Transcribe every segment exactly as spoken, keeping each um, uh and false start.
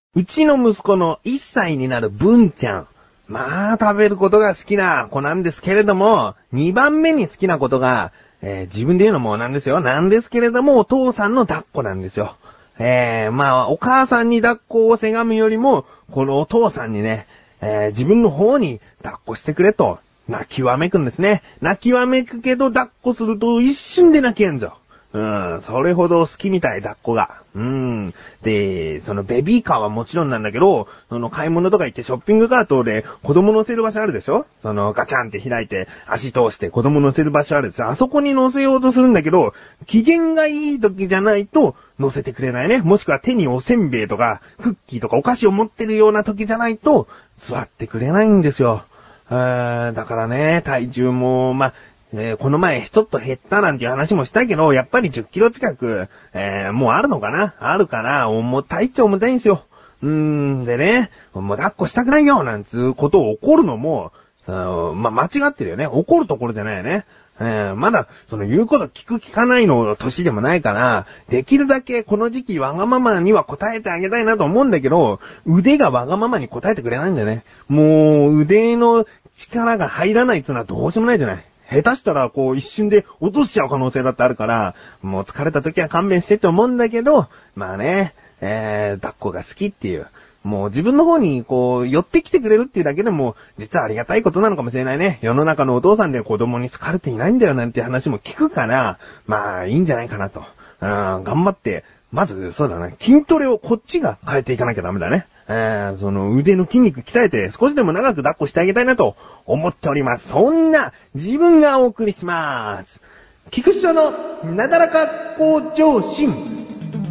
うちの息子のいっさいになる文ちゃん。まあ、食べることが好きな子なんですけれども、にばんめに好きなことが、えー、自分で言うのもなんですよ。なんですけれども、お父さんの抱っこなんですよ。えー、まあ、お母さんに抱っこをせがむよりも、このお父さんにね、えー、自分の方に抱っこしてくれと、泣きわめくんですね。泣きわめくけど、抱っこすると一瞬で泣けんぞ。うん、それほど好きみたい、抱っこが。うん。で、そのベビーカーはもちろんなんだけど、その買い物とか行ってショッピングカートで子供乗せる場所あるでしょ？そのガチャンって開いて足通して子供乗せる場所あるでしょ？あそこに乗せようとするんだけど、機嫌がいい時じゃないと乗せてくれないね。もしくは手におせんべいとかクッキーとかお菓子を持ってるような時じゃないと座ってくれないんですよ。えー、だからね、体重も、まあ、えー、この前ちょっと減ったなんていう話もしたけど、やっぱりじゅっキロ近く、えー、もうあるのかなあるから、重たいっちゃ重たいんですよ。うーん、でね、もう抱っこしたくないよなんつうことを怒るのも、まあ、間違ってるよね。怒るところじゃないよね。えー、まだ、その言うこと聞く聞かないの年でもないから、できるだけこの時期わがままには答えてあげたいなと思うんだけど、腕がわがままに答えてくれないんだよね。もう、腕の力が入らないっていうのはどうしようもないじゃない。下手したら、こう、一瞬で落としちゃう可能性だってあるから、もう疲れた時は勘弁してって思うんだけど、まあね、えー、抱っこが好きっていう。もう自分の方に、こう、寄ってきてくれるっていうだけでも、実はありがたいことなのかもしれないね。世の中のお父さんで子供に好かれていないんだよなんて話も聞くから、まあ、いいんじゃないかなと。うん、頑張って、まず、そうだな、筋トレをこっちが変えていかなきゃダメだね。えー、その腕の筋肉鍛えて少しでも長く抱っこしてあげたいなと思っております。そんな自分がお送りします。菊池のなだらか向上心。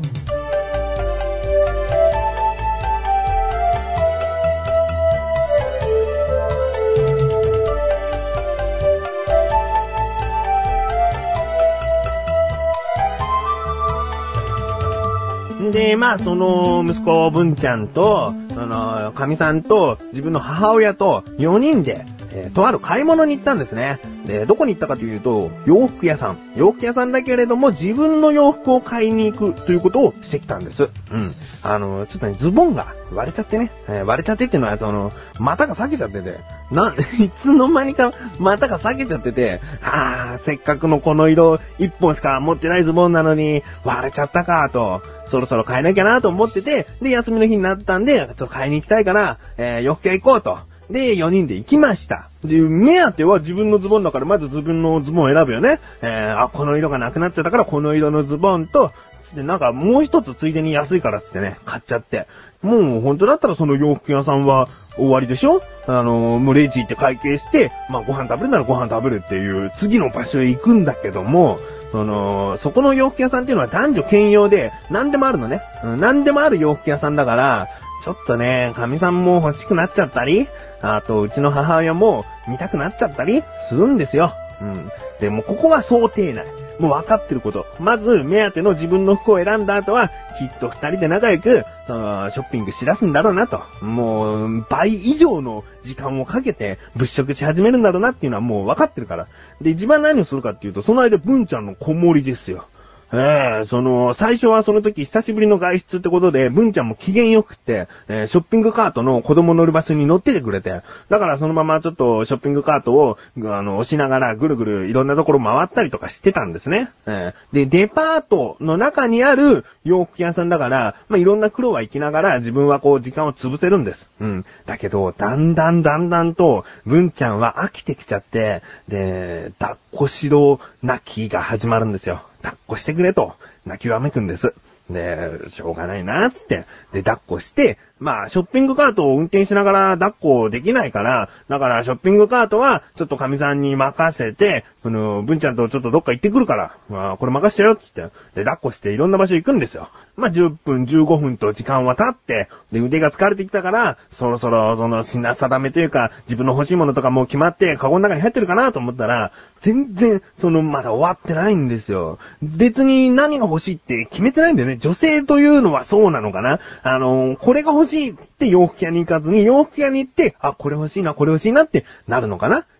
で、まあ、その、息子、文ちゃんと、その、神さんと、自分の母親と、よにんで、えー、とある買い物に行ったんですね。で、どこに行ったかというと、洋服屋さん。洋服屋さんだけれども、自分の洋服を買いに行くということをしてきたんです。うん。あの、ちょっとね、ズボンが割れちゃってね。えー、割れちゃってっていうのは、その、股が裂けちゃってて、な、いつの間にか股が裂けちゃってて、あー、せっかくのこの色一本しか持ってないズボンなのに、割れちゃったかと。そろそろ買えなきゃなと思ってて、で、休みの日になったんで、ちょっと買いに行きたいから、えー、洋服屋行こうと。で、よにんで行きました。で、目当ては自分のズボンだから、まず自分のズボンを選ぶよね。えー、あ、この色がなくなっちゃったから、この色のズボンと、で、なんかもう一つついでに安いからっつってね、買っちゃって。もう本当だったらその洋服屋さんは終わりでしょ？あのー、もうレジ行って会計して、まあご飯食べるならご飯食べるっていう次の場所へ行くんだけども、その、そこの洋服屋さんっていうのは男女兼用で、何でもあるのね。うん、何でもある洋服屋さんだから、ちょっとね、神さんも欲しくなっちゃったり、あと、うちの母親も見たくなっちゃったりするんですよ。うん。でも、ここは想定内。もう分かってること。まず、目当ての自分の服を選んだ後は、きっと二人で仲良く、その、ショッピングしだすんだろうなと。もう、倍以上の時間をかけて、物色し始めるんだろうなっていうのはもう分かってるから。で、一番何をするかっていうと、その間、文ちゃんの子守ですよ。ええー、その、最初はその時久しぶりの外出ってことで、文ちゃんも機嫌よくって、えー、ショッピングカートの子供乗る場所に乗っててくれて、だからそのままちょっとショッピングカートを、あの、押しながらぐるぐるいろんなところ回ったりとかしてたんですね。えー、で、デパートの中にある洋服屋さんだから、まあ、いろんな苦労は行きながら自分はこう時間を潰せるんです。うん。だけど、だんだんだんだんと、文ちゃんは飽きてきちゃって、で、抱っこしろ泣きが始まるんですよ。抱っこしてくれと、泣きわめくんです。で、しょうがないな、つって。で、抱っこして、まあ、ショッピングカートを運転しながら抱っこできないから、だからショッピングカートは、ちょっと神さんに任せて、その、文ちゃんとちょっとどっか行ってくるから、まあ、これ任せてよ、つって。で、抱っこしていろんな場所行くんですよ。まあ、じゅっぷん、じゅうごふんと時間は経って、で、腕が疲れてきたから、そろそろ、その、品定めというか、自分の欲しいものとかもう決まって、カゴの中に入ってるかなと思ったら、全然、その、まだ終わってないんですよ。別に何が欲しいって決めてないんだよね。女性というのはそうなのかな。あのー、これが欲しいって洋服屋に行かずに、洋服屋に行って、あ、これ欲しいな、これ欲しいなってなるのかな。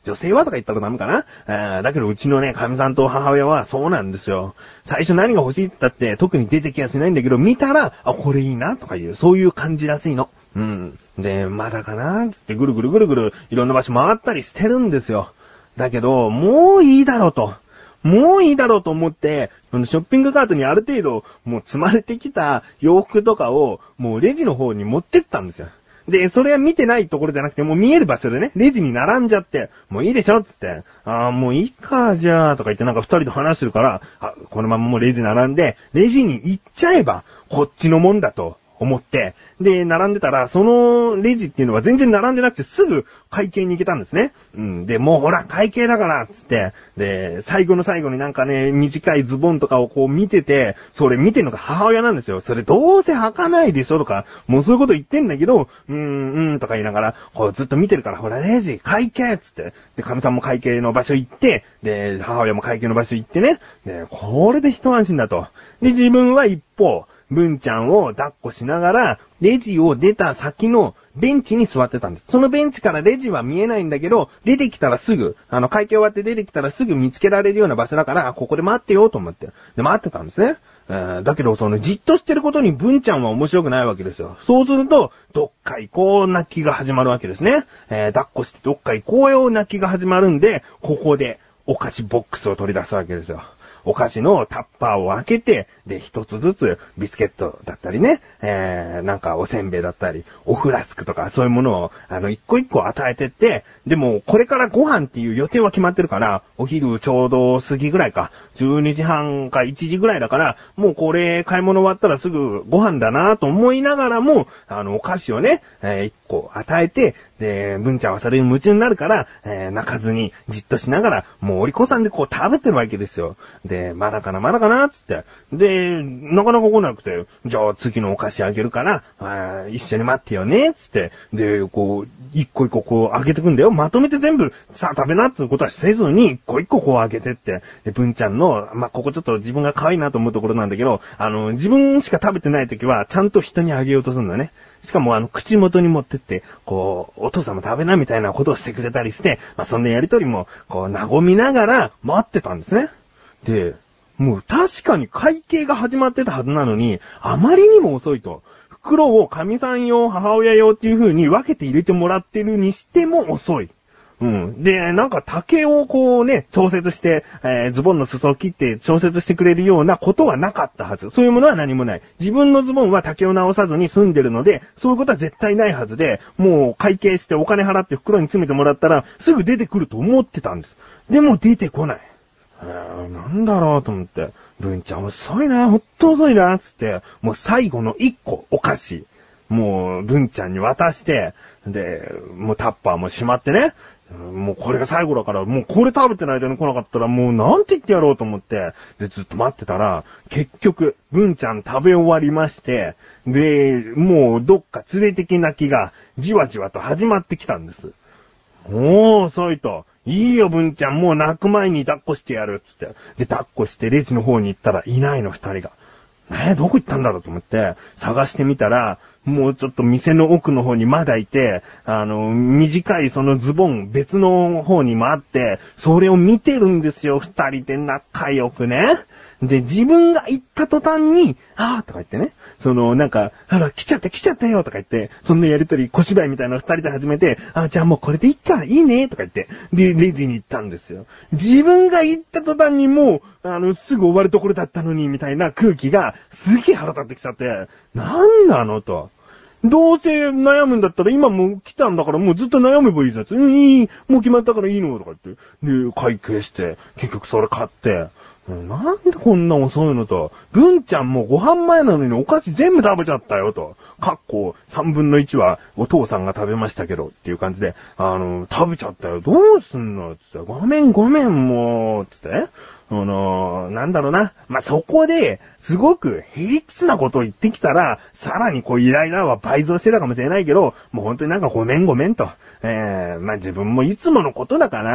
女性はとか言ったらダメかな。えー、だけどうちのね、神さんと母親はそうなんですよ。最初何が欲しいって言ったって特に出てきはしないんだけど、見たら、あ、これいいなとかいう、そういう感じらしいの。うん。で、まだかなーつってぐるぐるぐるぐるいろんな場所回ったりしてるんですよ。だけど、もういいだろうと。もういいだろうと思って、そのショッピングカートにある程度、もう積まれてきた洋服とかを、もうレジの方に持ってったんですよ。で、それは見てないところじゃなくて、もう見える場所でね、レジに並んじゃって、もういいでしょつって、ああ、もういいか、じゃあ、とか言ってなんか二人で話してるから、あ、このままもうレジ並んで、レジに行っちゃえば、こっちのもんだと。思って、で、並んでたら、そのレジっていうのは全然並んでなくてすぐ会計に行けたんですね。うん。で、もうほら、会計だから、つって、で、最後の最後になんかね、短いズボンとかをこう見てて、それ見てるのが母親なんですよ。それどうせ履かないでしょとか、もうそういうこと言ってんだけど、うーん、うんとか言いながら、こうずっと見てるから、ほら、レジ、会計つって、で、神さんも会計の場所行って、で、母親も会計の場所行ってね、で、これで一安心だと。で、自分は一方、文ちゃんを抱っこしながら、レジを出た先のベンチに座ってたんです。そのベンチからレジは見えないんだけど、出てきたらすぐ、あの、会計終わって出てきたらすぐ見つけられるような場所だから、ここで待ってよと思って。で、待ってたんですね。えー、だけど、その、じっとしてることに文ちゃんは面白くないわけですよ。そうすると、どっか行こう泣きが始まるわけですね。えー、抱っこしてどっか行こうよ泣きが始まるんで、ここでお菓子ボックスを取り出すわけですよ。お菓子のタッパーを開けて、で、一つずつビスケットだったりね、えー、なんかおせんべいだったり、おフラスクとかそういうものを、あの、一個一個与えてって、でも、これからご飯っていう予定は決まってるから、お昼ちょうど過ぎぐらいか、じゅうにじはんかいちじぐらいだから、もうこれ買い物終わったらすぐご飯だなと思いながらも、あの、お菓子をね、えー、一個与えて、で、文ちゃんはそれに夢中になるから、えー、泣かずにじっとしながら、もうお利口さんでこう食べてるわけですよ。で、まだかな、まだかな、つって。で、なかなか来なくて、じゃあ次のお菓子あげるから、あ一緒に待ってよね、つって。で、こう、一個一個こうあげてくんだよ。まとめて全部、さあ食べなってことはせずに、一個一個こうあげてって。で、文ちゃんの、まあ、ここちょっと自分が可愛いなと思うところなんだけど、あの、自分しか食べてない時は、ちゃんと人にあげようとするんだね。しかもあの、口元に持ってって、こう、お父さんも食べなみたいなことをしてくれたりして、まあ、そんなやりとりも、こう、和みながら待ってたんですね。で、もう確かに会計が始まってたはずなのに、あまりにも遅いと。袋を神さん用、母親用っていう風に分けて入れてもらってるにしても遅い。うん。で、なんか丈をこうね、調節して、えー、ズボンの裾を切って調節してくれるようなことはなかったはず。そういうものは何もない。自分のズボンは丈を直さずに済んでるので、そういうことは絶対ないはずで、もう会計してお金払って袋に詰めてもらったら、すぐ出てくると思ってたんです。でも出てこない。えー、なんだろうと思って。文ちゃん遅いな、ほんと遅いな、つって、もう最後の一個お菓子、もう文ちゃんに渡して、で、もうタッパーもしまってね、もうこれが最後だから、もうこれ食べてない間に来なかったらもうなんて言ってやろうと思って、で、ずっと待ってたら、結局、文ちゃん食べ終わりまして、で、もうどっか連れてきな気が、じわじわと始まってきたんです。おー、遅いと。いいよ、文ちゃん、もう泣く前に抱っこしてやる、つって。で、抱っこしてレジの方に行ったらいないの、二人が。ねえ、どこ行ったんだろうと思って、探してみたら、もうちょっと店の奥の方にまだいて、あの、短いそのズボン、別の方にもあって、それを見てるんですよ、二人で仲良くね。で、自分が行った途端に、あーとか言ってね、その、なんか、あら、来ちゃった来ちゃったよとか言って、そんなやりとり、小芝居みたいな二人で始めて、あ、じゃあもうこれでいっか、いいねとか言って、で、レジに行ったんですよ。自分が行った途端にもう、あの、すぐ終わるところだったのに、みたいな空気が、すげえ腹立ってきちゃって、なんなのと。どうせ悩むんだったら今もう来たんだからもうずっと悩めばいいじゃん。うん、いい、もう決まったからいいのとか言って。で、会計して、結局それ買って、なんでこんな遅いのと。文ちゃんもご飯前なのにお菓子全部食べちゃったよと。かっこ三分の一はお父さんが食べましたけどっていう感じで、あの、食べちゃったよ。どうすんのつって。ごめんごめんもう、つって。あの、なんだろうな。まあ、そこで、すごく平屈なことを言ってきたら、さらにこうイライラは倍増してたかもしれないけど、もう本当になんかごめんごめんと。えー、まあ、自分もいつものことだから、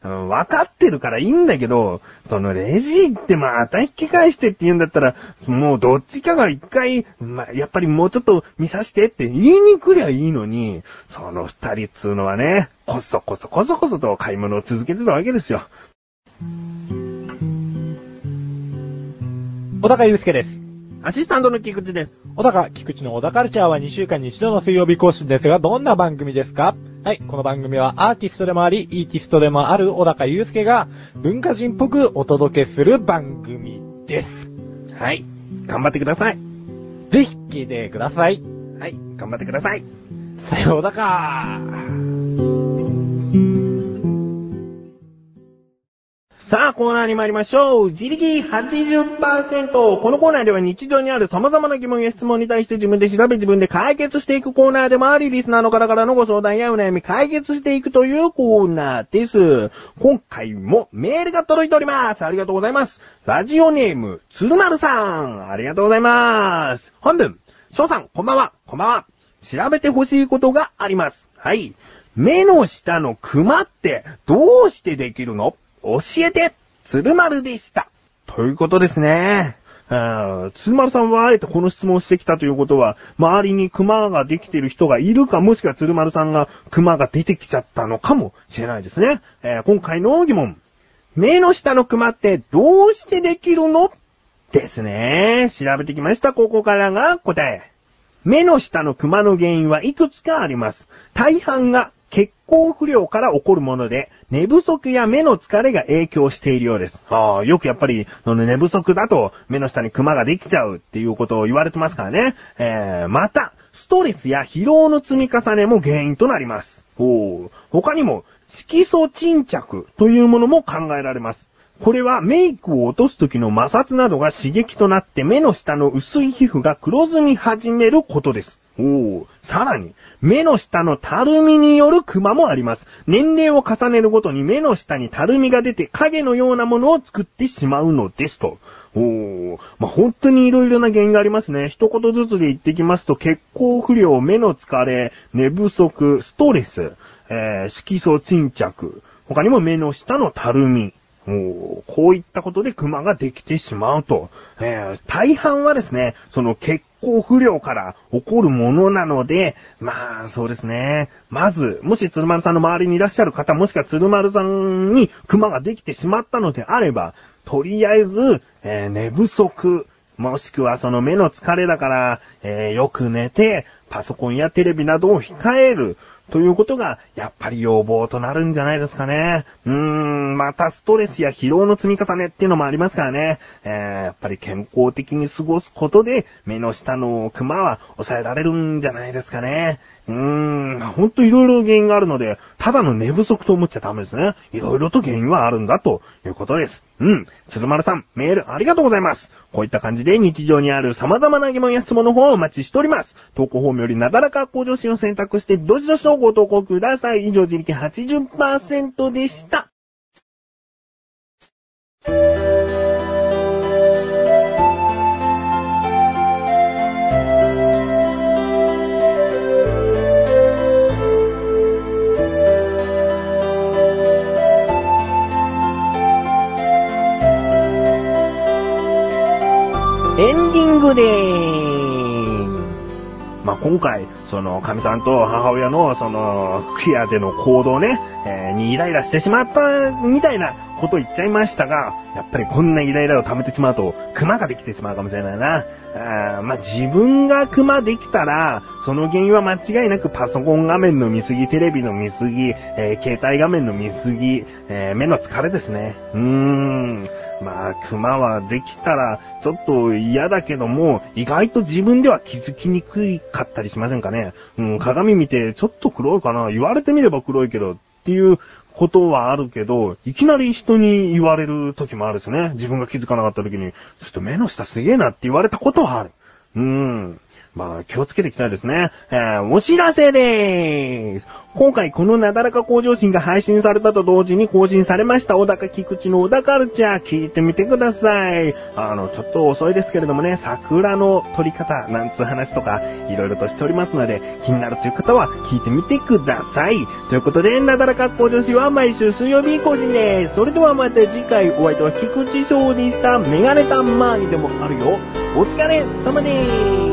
うん、分かってるからいいんだけど、そのレジ行ってまた引き返してって言うんだったら、もうどっちかが一回、まあ、やっぱりもうちょっと見させてって言いに来りゃいいのに、その二人っつうのはね、こそこそこそこそと買い物を続けてたわけですよ。 小高祐介です。 アシスタントの菊池です。 小高、菊池の小高カルチャーはにしゅうかんに一度の水曜日更新ですが、どんな番組ですか？はい、この番組はアーティストでもあり、イーティストでもある小高祐介が文化人っぽくお届けする番組です。 はい、頑張ってください。 ぜひ聞いてください。 はい、頑張ってください。 さようだかさあ、コーナーに参りましょう。自力 はちじゅっパーセント。このコーナーでは日常にある様々な疑問や質問に対して自分で調べ自分で解決していくコーナーでもあり、リスナーの方からのご相談やお悩み解決していくというコーナーです。今回もメールが届いております。ありがとうございます。ラジオネーム、鶴丸さん。ありがとうございます。本文、翔さん、こんばんは。こんばんは。調べてほしいことがあります。はい。目の下のクマってどうしてできるの？教えて、鶴丸でした。ということですね。鶴丸さんはあえてこの質問をしてきたということは、周りにクマができている人がいるか、もしくは鶴丸さんがクマが出てきちゃったのかもしれないですね。えー、今回の疑問。目の下のクマってどうしてできるの？ですね。調べてきました。ここからが答え。目の下のクマの原因はいくつかあります。大半が血行不良から起こるもので、寝不足や目の疲れが影響しているようです。ああ、よくやっぱり、その寝不足だと目の下にクマができちゃうっていうことを言われてますからね。えー、また、ストレスや疲労の積み重ねも原因となります。おー、他にも、色素沈着というものも考えられます。これはメイクを落とす時の摩擦などが刺激となって目の下の薄い皮膚が黒ずみ始めることです。おー、さらに、目の下のたるみによるクマもあります。年齢を重ねるごとに目の下にたるみが出て影のようなものを作ってしまうのですと。おー、まあ、本当にいろいろな原因がありますね。一言ずつで言ってきますと、血行不良、目の疲れ、寝不足、ストレス、えー、色素沈着、他にも目の下のたるみ。おこういったことでクマができてしまうと。えー、大半はですね、その血行不良から起こるものなので、まあそうですね。まず、もし鶴丸さんの周りにいらっしゃる方、もしくは鶴丸さんにクマができてしまったのであれば、とりあえず、えー、寝不足、もしくはその目の疲れだから、えー、よく寝て、パソコンやテレビなどを控える。ということが、やっぱり要望となるんじゃないですかね。うーん、またストレスや疲労の積み重ねっていうのもありますからね。えー、やっぱり健康的に過ごすことで、目の下のクマは抑えられるんじゃないですかね。うーん、ほんといろいろ原因があるので、ただの寝不足と思っちゃダメですね。いろいろと原因はあるんだということです。うん。鶴丸さん、メールありがとうございます。こういった感じで日常にある様々な疑問や質問の方をお待ちしております。投稿フォームよりなだらか向上心を選択して、どしどしとご投稿ください。以上、自力 はちじゅっパーセント でした。エンディングでーす。まあ、今回、その、神さんと母親の、その、クリアでの行動ね、えー、にイライラしてしまったみたいなこと言っちゃいましたが、やっぱりこんなイライラを溜めてしまうと、クマができてしまうかもしれないな。あまあ、自分がクマできたら、その原因は間違いなくパソコン画面の見過ぎ、テレビの見過ぎ、えー、携帯画面の見過ぎ、えー、目の疲れですね。うーん。まあ、クマはできたら、ちょっと嫌だけども、意外と自分では気づきにくかったりしませんかね。うん、鏡見て、ちょっと黒いかな、言われてみれば黒いけど、っていうことはあるけど、いきなり人に言われる時もあるですね。自分が気づかなかった時に、ちょっと目の下すげえなって言われたことはある。うん。 まあ、気をつけていきたいですね。えー、お知らせでーす。今回このなだらか向上心が配信されたと同時に更新されました小高菊池の小高カルチャー聞いてみてください。あの、ちょっと遅いですけれどもね、桜の撮り方なんつう話とかいろいろとしておりますので、気になるという方は聞いてみてください。ということで、なだらか向上心は毎週水曜日更新です。それではまた次回お相手は菊池翔でした。メガネたまーにでもあるよ。お疲れ様でーす。